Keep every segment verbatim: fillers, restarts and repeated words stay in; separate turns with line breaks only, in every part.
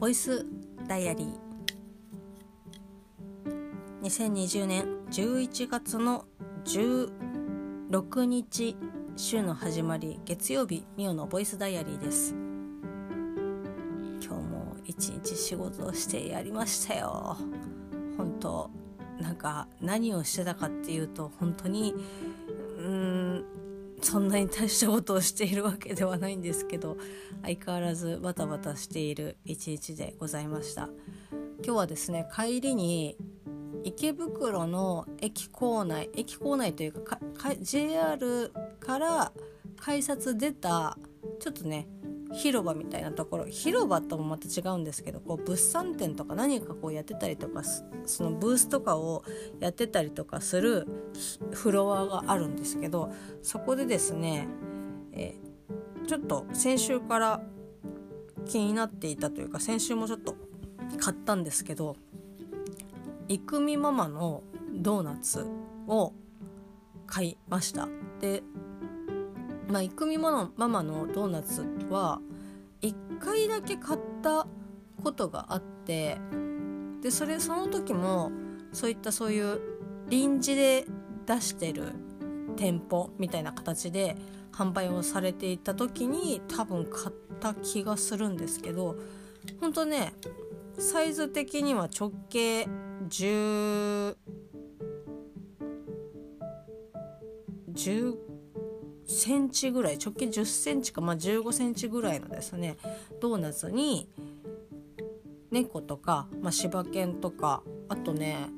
ボイスダイアリー。にせんにじゅうねんじゅういちがつのじゅうろくにち、週の始まり、月曜日、ミオのボイスダイアリーです。今日も一日仕事をしてやりましたよ。本当なんか何をしてたかっていうと、本当にうーんそんなに大したことをしているわけではないんですけど、相変わらずバタバタしている一日でございました。今日はですね、帰りに池袋の駅構内駅構内というか、か ジェイアール から改札出たちょっとね広場みたいなところ、広場ともまた違うんですけど、こう物産展とか何かこうやってたりとか、そのブースとかをやってたりとかするフロアがあるんですけど、そこでですね、えー、ちょっと先週から気になっていたというか、先週もちょっと買ったんですけど、いくみママのドーナツを買いました。でまあ、いくみママのドーナツはいっかいだけ買ったことがあって、でそれその時もそういったそういう臨時で出してる店舗みたいな形で販売をされていた時に多分買った気がするんですけど、本当ねサイズ的には直径じゅう じゅうセンチぐらい、直径じゅっセンチか、まあ、じゅうごセンチぐらいのですねドーナツに猫とか、まあ、柴犬とか、あとね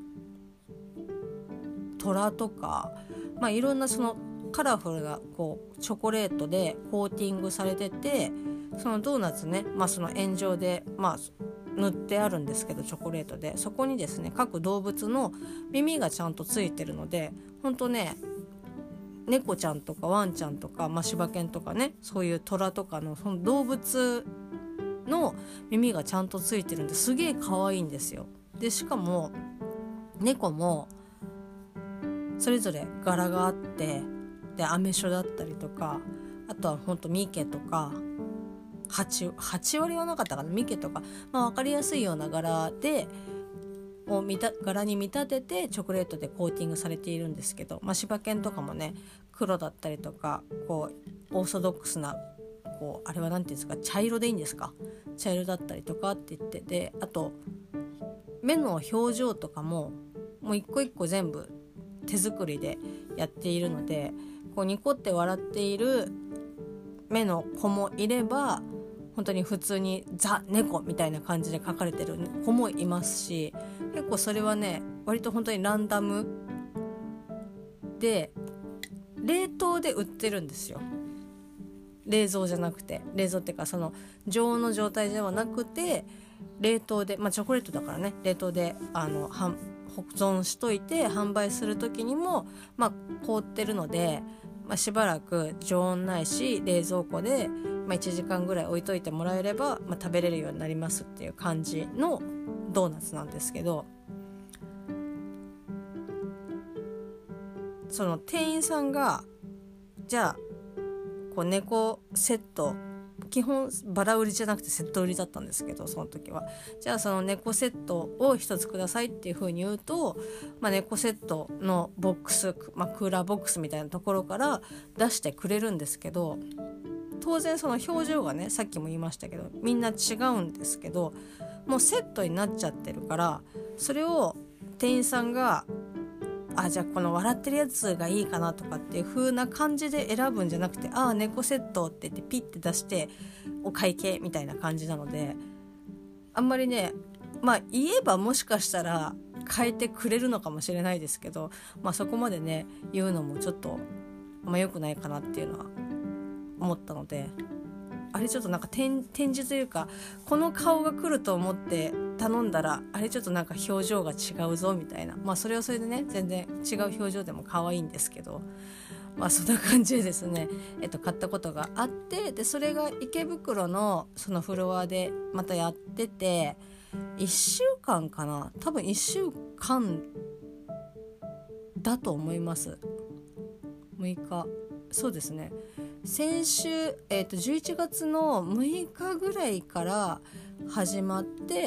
虎とか、まあ、いろんなそのカラフルなこうチョコレートでコーティングされてて、そのドーナツね、まあ、その円状で、まあ、塗ってあるんですけど、チョコレートでそこにですね各動物の耳がちゃんとついてるので、ほんとね猫ちゃんとかワンちゃんとか、まあ、柴犬とかね、そういう虎とかのその動物の耳がちゃんとついてるんで、すげえ可愛いんですよ。でしかも猫もそれぞれ柄があって、でアメショだったりとか、あとはほんとミケとか 8, 8割はなかったかな、ミケとか、まあ、分かりやすいような柄でを見た柄に見立ててチョコレートでコーティングされているんですけど、まあ、柴犬とかもね黒だったりとか、こうオーソドックスなこうあれはなんていうんですか、茶色でいいんですか、茶色だったりとかって言って、であと目の表情とかももう一個一個全部手作りでやっているので、こうニコって笑っている目の子もいれば、本当に普通にザ猫みたいな感じで描かれてる子もいますし、結構それはね割と本当にランダムで冷凍で売ってるんですよ。冷蔵じゃなくて、冷蔵っていうかその常温の状態ではなくて冷凍で、まあチョコレートだからね、冷凍であの保存しといて販売する時にもまあ凍ってるので、まあ、しばらく常温ないし冷蔵庫で、まあ、いちじかんぐらい置いといてもらえれば、まあ、食べれるようになりますっていう感じのドーナツなんですけど、その店員さんがじゃあこう猫セット、基本バラ売りじゃなくてセット売りだったんですけど、その時はじゃあその猫セットを一つくださいっていう風に言うと、まあ、猫セットのボックス、まあ、クーラーボックスみたいなところから出してくれるんですけど、当然その表情がねさっきも言いましたけどみんな違うんですけど、もうセットになっちゃってるから、それを店員さんがあじゃあこの笑ってるやつがいいかなとかっていう風な感じで選ぶんじゃなくて、あ猫セットって言ってピッて出してお会計みたいな感じなので、あんまりね、まあ言えばもしかしたら変えてくれるのかもしれないですけど、まあそこまでね言うのもちょっとあんま良くないかなっていうのは思ったので、あれちょっとなんか展示というか、この顔が来ると思って頼んだらあれちょっとなんか表情が違うぞみたいな、まあそれはそれでね全然違う表情でも可愛いんですけど、まあそんな感じでですね、えっと買ったことがあって、でそれが池袋のそのフロアでまたやってて、いっしゅうかんかな、多分いっしゅうかんだと思います。むいか、そうですね、先週、えー、とじゅういちがつのむいかぐらいから始まって、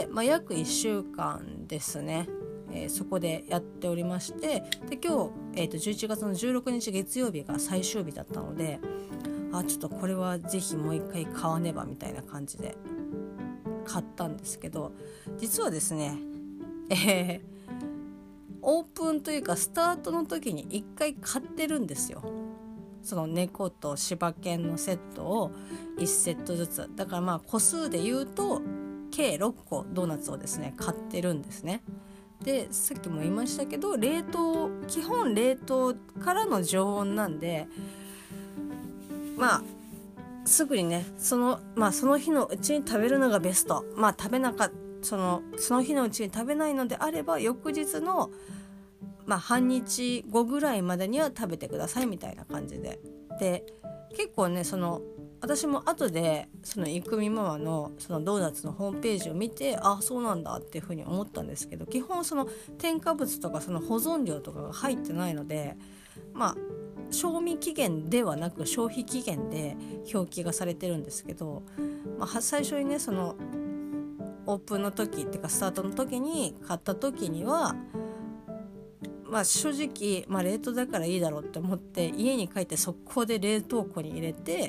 まあ、約いっしゅうかんですね、えー、そこでやっておりまして、で今日、えー、とじゅういちがつのじゅうろくにち月曜日が最終日だったので、あちょっとこれはぜひもう一回買わねばみたいな感じで買ったんですけど、実はですね、えー、オープンというかスタートの時にいっかい買ってるんですよ。その猫と柴犬のセットをいちセットずつ、だからまあ個数で言うと計ろっこドーナツをですね買ってるんですね。でさっきも言いましたけど、冷凍基本冷凍からの常温なんで、まあすぐにねその,、まあ、その日のうちに食べるのがベスト。まあ食べなかそのその日のうちに食べないのであれば翌日のまあ、半日後ぐらいまでには食べてくださいみたいな感じで、で結構ねその私も後でそのいくみママのそのドーナツのホームページを見て、あそうなんだっていうふうに思ったんですけど、基本その添加物とかその保存料とかが入ってないので、まあ賞味期限ではなく消費期限で表記がされてるんですけど、まあ、最初にねそのオープンの時っていうかスタートの時に買った時にはまあ、正直、まあ、冷凍だからいいだろうって思って家に帰って速攻で冷凍庫に入れて、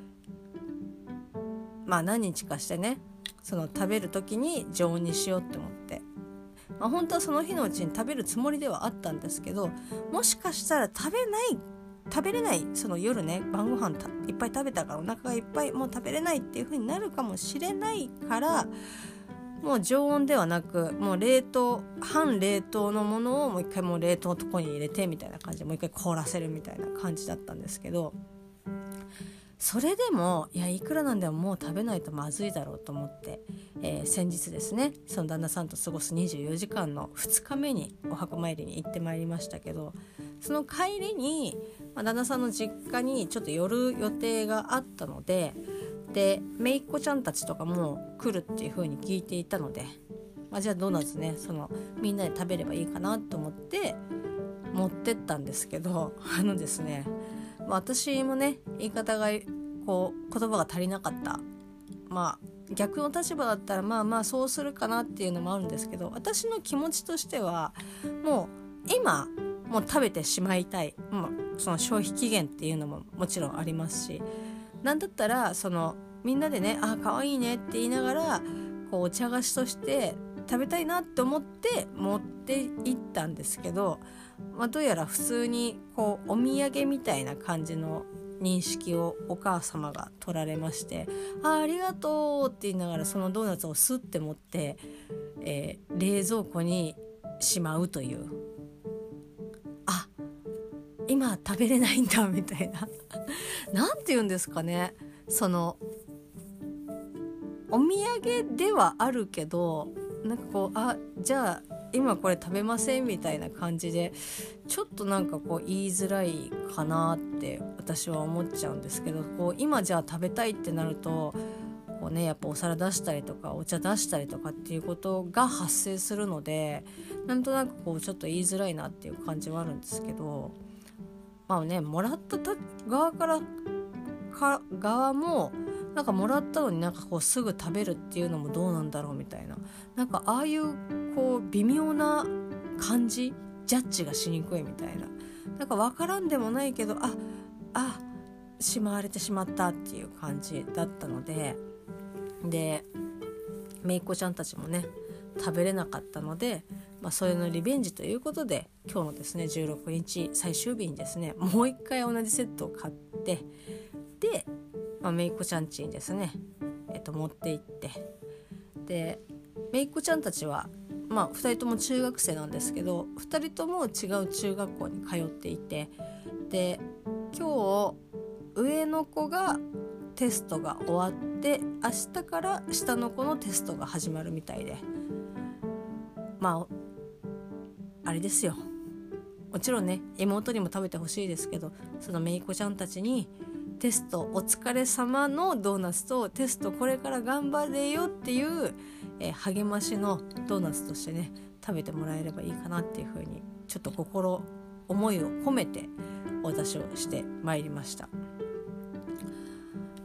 まあ何日かしてねその食べる時に常温にしようって思って、まあ、本当はその日のうちに食べるつもりではあったんですけど、もしかしたら食べない食べれないその夜ね晩ご飯いっぱい食べたからお腹がいっぱいもう食べれないっていう風になるかもしれないから、もう常温ではなくもう冷凍半冷凍のものをもう一回もう冷凍のとこに入れてみたいな感じでもう一回凍らせるみたいな感じだったんですけど、それでもいやいくらなんでももう食べないとまずいだろうと思って、えー、先日ですねその旦那さんと過ごすにじゅうよじかんのふつかめにお墓参りに行ってまいりましたけど、その帰りに、まあ、旦那さんの実家にちょっと寄る予定があったので、で姪っ子ちゃんたちとかも来るっていう風に聞いていたので、まあ、じゃあドーナツねそのみんなで食べればいいかなと思って持ってったんですけど、あのですね、まあ、私もね言い方がこう言葉が足りなかった、まあ逆の立場だったらまあまあそうするかなっていうのもあるんですけど、私の気持ちとしてはもう今もう食べてしまいたい、まあ、その消費期限っていうのももちろんありますし、なんだったらそのみんなでねあ可愛いねって言いながらこうお茶菓子として食べたいなって思って持って行ったんですけど、まあ、どうやら普通にこうお土産みたいな感じの認識をお母様が取られまして、あ, ありがとうって言いながらそのドーナツをスッて持って、えー、冷蔵庫にしまうという、あ今食べれないんだみたいななんて言うんですかね、そのお土産ではあるけどなんかこうあじゃあ今これ食べませんみたいな感じでちょっとなんかこう言いづらいかなって私は思っちゃうんですけど、こう今じゃあ食べたいってなるとこうねやっぱお皿出したりとかお茶出したりとかっていうことが発生するので、なんとなくこうちょっと言いづらいなっていう感じはあるんですけど、まあねもらった側からか側もなんかもらったのになんかこうすぐ食べるっていうのもどうなんだろうみたいな、なんかああいうこう微妙な感じジャッジがしにくいみたいな、なんか分からんでもないけどああしまわれてしまったっていう感じだったので、で姪っ子ちゃんたちもね食べれなかったので、まあ、それのリベンジということで今日のですねじゅうろくにち最終日にですねもう一回同じセットを買って、でまあ、姪っ子ちゃん家にですね、えっと、持って行って、で姪っ子ちゃんたちは、まあ、ふたりとも中学生なんですけどふたりとも違う中学校に通っていて、で今日上の子がテストが終わって明日から下の子のテストが始まるみたいで、まああれですよ、もちろんね妹にも食べてほしいですけど、その姪っ子ちゃんたちにテストお疲れ様のドーナツとテストこれから頑張れよっていう、えー、励ましのドーナツとしてね食べてもらえればいいかなっていう風にちょっと心思いを込めてお出しをしてまいりました。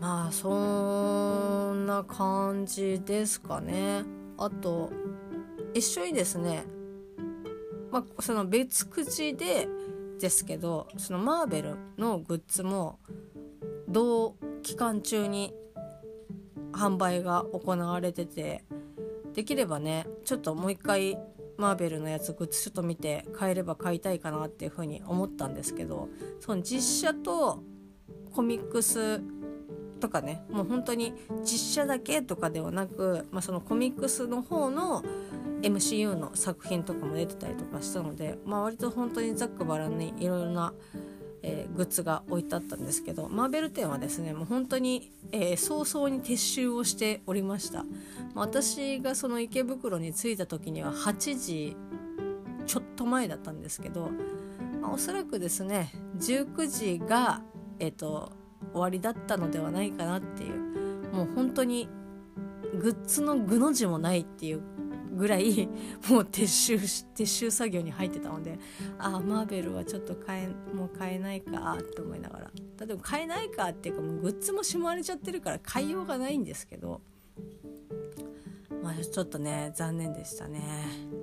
まあそんな感じですかね。あと一緒にですね、まあその別口でですけど、そのマーベルのグッズも同期間中に販売が行われてて、できればねちょっともう一回マーベルのやつグッズちょっと見て買えれば買いたいかなっていうふうに思ったんですけど、その実写とコミックスとかね、もう本当に実写だけとかではなく、まあ、そのコミックスの方の エムシーユー の作品とかも出てたりとかしたので、まあ、割と本当にざっくばらんにいろいろな、えー、グッズが置いてあったんですけど、マーベル展はですねもう本当に、えー、早々に撤収をしておりました。まあ、私がその池袋に着いた時にははちじちょっと前だったんですけど、まあ、おそらくですねじゅうくじが、えーと終わりだったのではないかなっていう、もう本当にグッズの具の字もないっていうぐらいもう撤収撤収作業に入ってたので、ああマーベルはちょっと買えもう買えないかって思いながら、例えば買えないかっていうかもうグッズもしまわれちゃってるから買いようがないんですけど、まあちょっとね残念でしたね。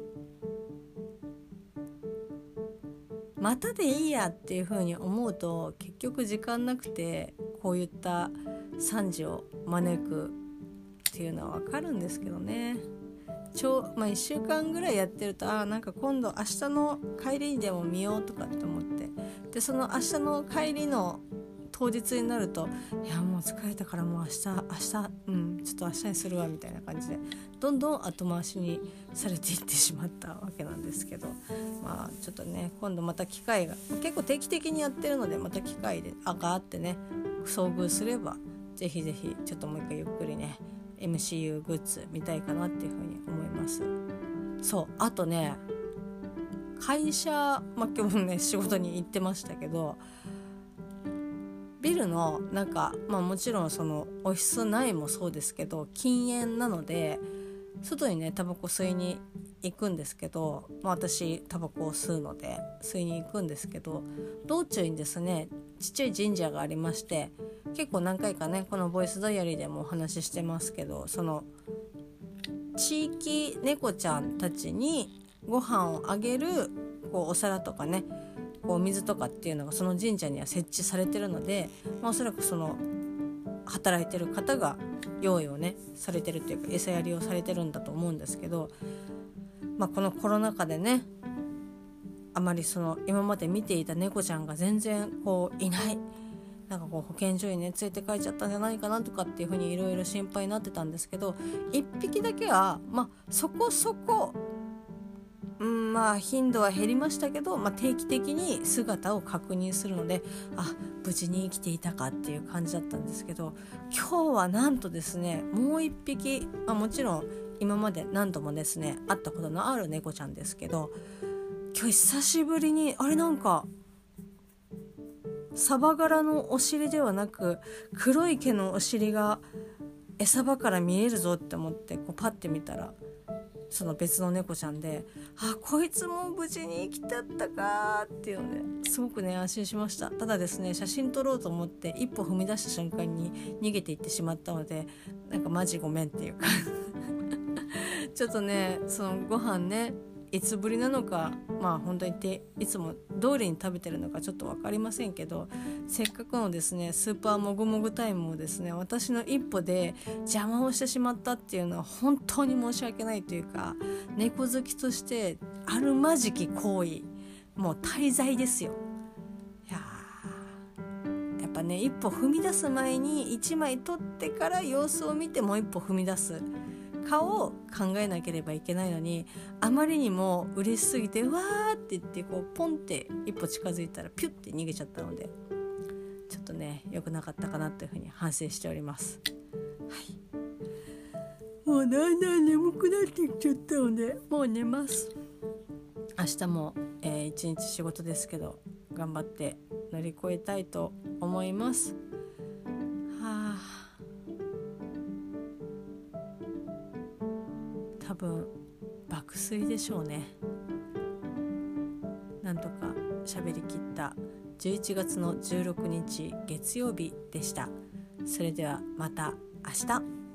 またでいいやっていう風に思うと結局時間なくてこういった惨事を招くっていうのは分かるんですけどね。ちょ、まあ、いっしゅうかんぐらいやってると、あなんか今度明日の帰りにでも見ようとかって思って、でその明日の帰りの当日になると、いやもう疲れたからもう明日明日うんちょっと明日にするわみたいな感じでどんどん後回しにされていってしまったわけなんですけど、まあちょっとね今度また機会が結構定期的にやってるので、また機会であがあってね遭遇すればぜひぜひちょっともう一回ゆっくりね エムシーユー グッズ見たいかなっていうふうに思います。そうあとね会社、まあ、今日もね仕事に行ってましたけど、ビルのなんか、まあ、もちろんそのオフィス内もそうですけど禁煙なので外にねタバコ吸いに行くんですけど、まあ、私タバコを吸うので吸いに行くんですけど、道中にですねちっちゃい神社がありまして、結構何回かねこのボイスダイアリーでもお話ししてますけど、その地域猫ちゃんたちにご飯をあげるこうお皿とかねこう水とかっていうのがその神社には設置されてるので、まあ、おそらくその働いてる方が用意をねされてるというか餌やりをされてるんだと思うんですけど、まあ、このコロナ禍でねあまりその今まで見ていた猫ちゃんが全然こういない、なんかこう保健所にね連れて帰っちゃったんじゃないかなとかっていうふうにいろいろ心配になってたんですけど、いっぴきだけはまあそこそこうん、まあ頻度は減りましたけど、まあ、定期的に姿を確認するので、あ無事に生きていたかっていう感じだったんですけど、今日はなんとですねもう一匹、まあ、もちろん今まで何度もですね会ったことのある猫ちゃんですけど、今日久しぶりにあれなんかサバ柄のお尻ではなく黒い毛のお尻が餌場から見えるぞって思ってこうパッて見たらその別の猫ちゃんで、あこいつも無事に生きてったかっていうのですごくね安心しました。ただですね写真撮ろうと思って一歩踏み出した瞬間に逃げていってしまったので、なんかマジごめんっていうかちょっとねそのご飯ねいつぶりなのか、まあ本当にていつも通りに食べてるのかちょっと分かりませんけど、せっかくのですねスーパーもぐもぐタイムをですね私の一歩で邪魔をしてしまったっていうのは本当に申し訳ないというか、猫好きとしてあるまじき行為、もう大罪ですよ。いややっぱね一歩踏み出す前にいちまい撮ってから様子を見てもう一歩踏み出すかを考えなければいけないのに、あまりにも嬉しすぎてわーって言ってこうポンって一歩近づいたらピュッて逃げちゃったので、ちょっとね良くなかったかなというふうに反省しております。はい、もうだんだん眠くなってきちゃったのでもう寝ます。明日も、えー、一日仕事ですけど頑張って乗り越えたいと思います。はあ多分爆睡でしょうね。なんとか喋り切ったじゅういちがつのじゅうろくにち月曜日でした。 それではまた明日。